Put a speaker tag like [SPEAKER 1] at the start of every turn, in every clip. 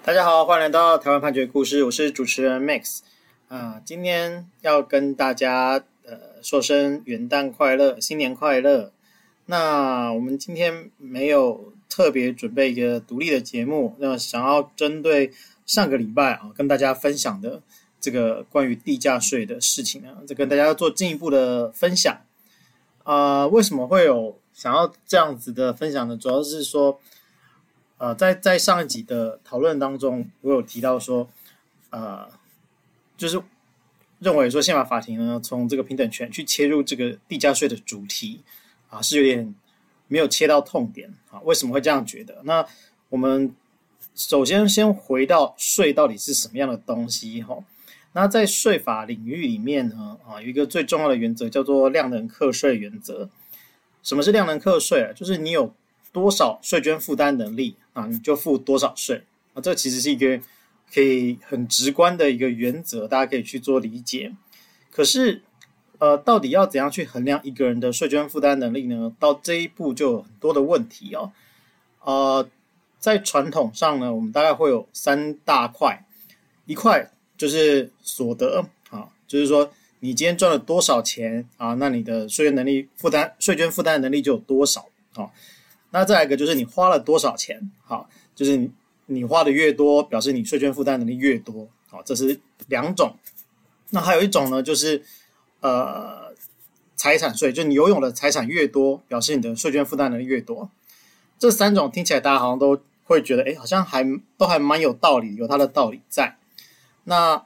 [SPEAKER 1] 大家好，欢迎来到台湾判决故事，我是主持人 Max。今天要跟大家说声元旦快乐，新年快乐。那我们今天没有特别准备一个独立的节目，那想要针对上个礼拜跟大家分享的这个关于地价税的事情呢，这跟大家做进一步的分享。为什么会有想要这样子的分享呢？主要是说在上一集的讨论当中，我有提到说，就是认为说宪法法庭呢，从这个平等权去切入这个地价税的主题是有点没有切到痛点为什么会这样觉得？那我们首先回到税到底是什么样的东西那在税法领域里面呢有一个最重要的原则叫做量能课税原则。什么是量能课税就是你有多少税捐负担能力你就付多少税这其实是一个可以很直观的一个原则，大家可以去做理解。可是到底要怎样去衡量一个人的税捐负担能力呢？到这一步就有很多的问题在传统上呢，我们大概会有三大块，一块就是所得就是说你今天赚了多少钱那你的税捐负担能力就有多少那再来一个就是你花了多少钱就是你花的越多，表示你税捐负担能力越多这是两种。那还有一种呢，就是财产税，就是你拥有的财产越多，表示你的税捐负担能力越多。这三种听起来大家好像都会觉得好像都还蛮有道理，有它的道理在。那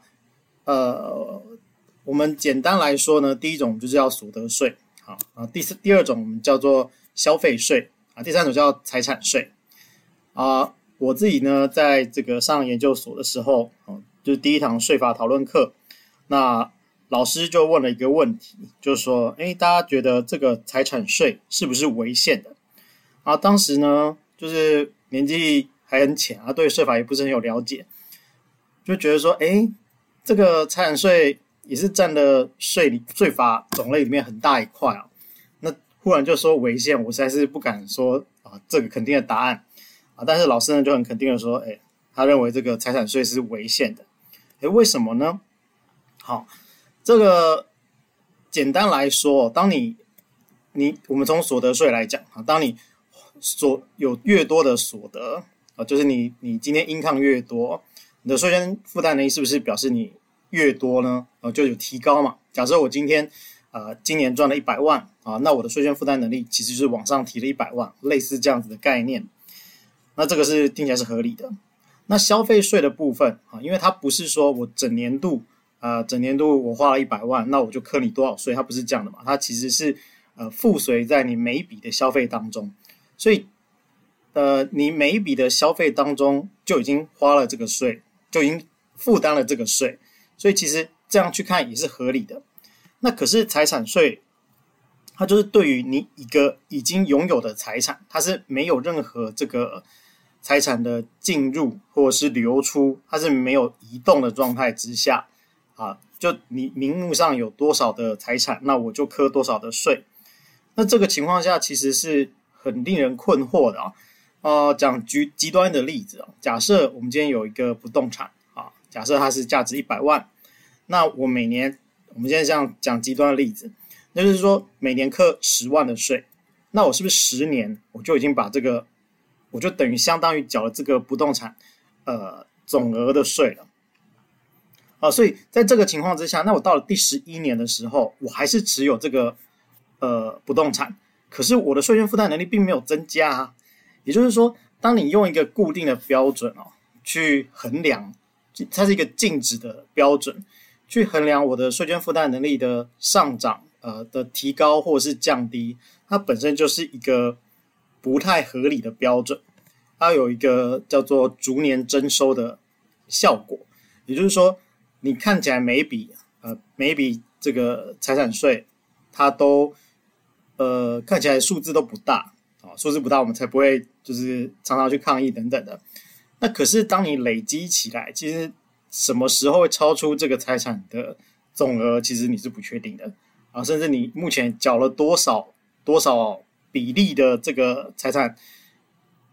[SPEAKER 1] 我们简单来说呢，第一种就是要所得税第二种我们叫做消费税第三种叫财产税我自己呢在这个上研究所的时候就是第一堂税法讨论课，那老师就问了一个问题，就是说大家觉得这个财产税是不是违宪的当时呢就是年纪还很浅对税法也不是很有了解，就觉得说这个财产税也是占了税法种类里面很大一块那忽然就说违宪，我实在是不敢说这个肯定的答案但是老师呢就很肯定的说他认为这个财产税是违宪的为什么呢？好，这个简单来说当我们从所得税来讲当你有越多的所得就是你今天 income 越多，你的税捐负担能力是不是表示你越多呢就有提高嘛？假设我今年赚了100万那我的税捐负担能力其实就是往上提了100万，类似这样子的概念。那这个是听起来是合理的。那消费税的部分因为它不是说我整年度我花了100万，那我就课你多少税，它不是这样的嘛，它其实是附随在你每一笔的消费当中，所以你每一笔的消费当中就已经花了这个税，就已经负担了这个税，所以其实这样去看也是合理的。那可是财产税它就是对于你一个已经拥有的财产，它是没有任何这个财产的进入或者是流出，它是没有移动的状态之下就你名目上有多少的财产，那我就课多少的税。那这个情况下其实是很令人困惑的讲极端的例子假设我们今天有一个不动产假设它是价值100万，那我们现在这样讲极端的例子，那就是说每年课10万的税，那我是不是10年我就已经把这个我就等于相当于缴了这个不动产总额的税了所以在这个情况之下，那我到了第11年的时候，我还是持有这个不动产，可是我的税捐负担能力并没有增加也就是说当你用一个固定的标准去衡量，它是一个静止的标准去衡量我的税捐负担能力的上涨的提高或者是降低，它本身就是一个不太合理的标准，它有一个叫做逐年征收的效果，也就是说你看起来每一笔这个财产税它都看起来数字都不大数字不大我们才不会就是常常去抗议等等的。那可是当你累积起来，其实什么时候会超出这个财产的总额，其实你是不确定的甚至你目前缴了多少比例的这个财产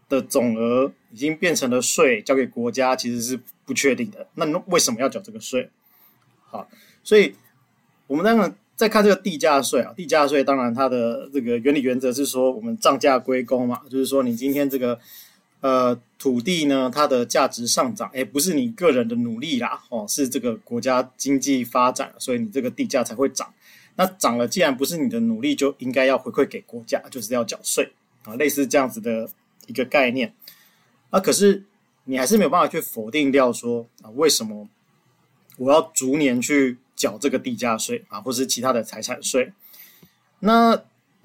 [SPEAKER 1] 的总额已经变成了税交给国家，其实是不确定的。那为什么要缴这个税？好，所以我们当然再看这个地价税啊，地价税当然它的这个原理原则是说我们涨价归公嘛，就是说你今天这个土地呢它的价值上涨，不是你个人的努力啦，是这个国家经济发展，所以你这个地价才会涨。那涨了，既然不是你的努力，就应该要回馈给国家，就是要缴税啊，类似这样子的一个概念。可是你还是没有办法去否定掉说为什么我要逐年去缴这个地价税啊，或是其他的财产税？那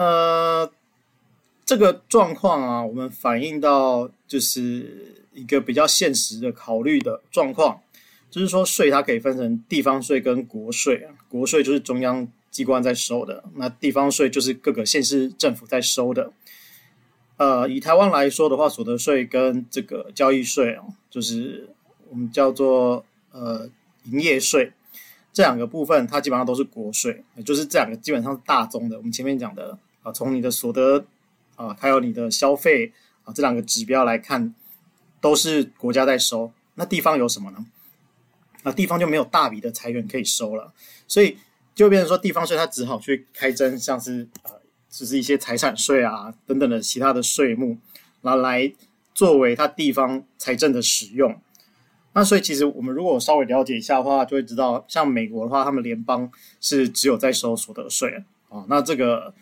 [SPEAKER 1] 这个状况啊，我们反映到就是一个比较现实的考虑的状况，就是说税它可以分成地方税跟国税，国税就是中央机关在收的，那地方税就是各个县市政府在收的。以台湾来说的话，所得税跟这个交易税就是我们叫做营业税，这两个部分它基本上都是国税，也就是这两个基本上是大宗的。我们前面讲的从你的所得还有你的消费这两个指标来看，都是国家在收。那地方有什么呢？地方就没有大笔的财源可以收了，所以就变成说地方税它只好去开征像是就是一些财产税啊等等的其他的税目，然后来作为它地方财政的使用。那所以其实我们如果稍微了解一下的话，就会知道像美国的话，他们联邦是只有在收所得税那这个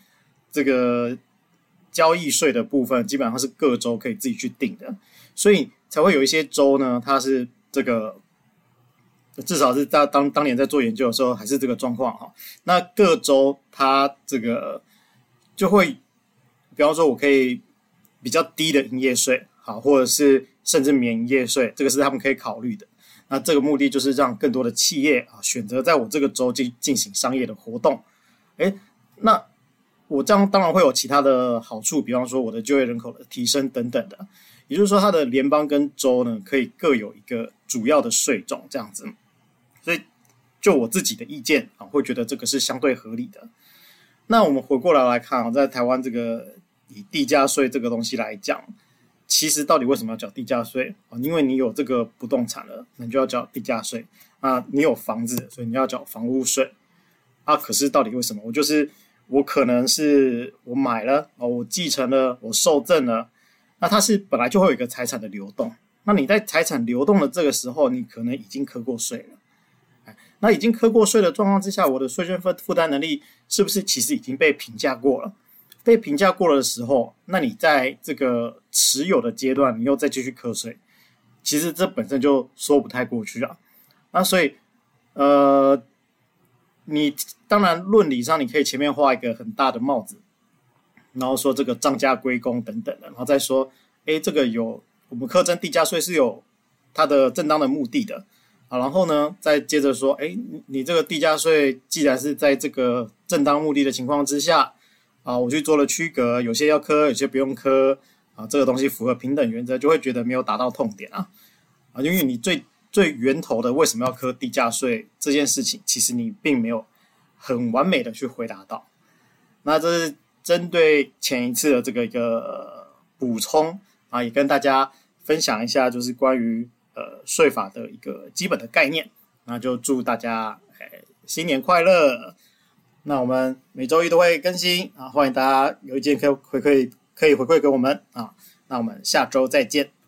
[SPEAKER 1] 交易税的部分基本上是各州可以自己去定的，所以才会有一些州呢，它是这个至少是在当年在做研究的时候还是这个状况那各州它这个就会，比方说我可以比较低的营业税或者是甚至免营业税，这个是他们可以考虑的。那这个目的就是让更多的企业选择在我这个州进行商业的活动。那我这样当然会有其他的好处，比方说我的就业人口的提升等等的。也就是说，它的联邦跟州呢，可以各有一个主要的税种这样子。所以，就我自己的意见会觉得这个是相对合理的。那我们回过来看在台湾这个以地价税这个东西来讲，其实到底为什么要缴地价税因为你有这个不动产了，那你就要缴地价税你有房子，所以你要缴房屋税可是到底为什么？我可能是我买了我继承了，我受赠了，那它是本来就会有一个财产的流动。那你在财产流动的这个时候，你可能已经课过税了。那已经课过税的状况之下，我的税捐负担能力是不是其实已经被评价过了？被评价过了的时候，那你在这个持有的阶段，你又再继续课税，其实这本身就说不太过去啊。那所以，你当然论理上你可以前面画一个很大的帽子，然后说这个涨价归公等等的，然后再说，这个我们课征地价税是有它的正当的目的的。然后呢，再接着说，你这个地价税既然是在这个正当目的的情况之下，我去做了区隔，有些要科，有些不用科，这个东西符合平等原则，就会觉得没有达到痛点因为你最源头的为什么要科地价税这件事情，其实你并没有很完美的去回答到。那这是针对前一次的这个一个补充也跟大家分享一下，就是关于税法的一个基本的概念。那就祝大家新年快乐。那我们每周一都会更新欢迎大家有意见可以回馈给我们那我们下周再见。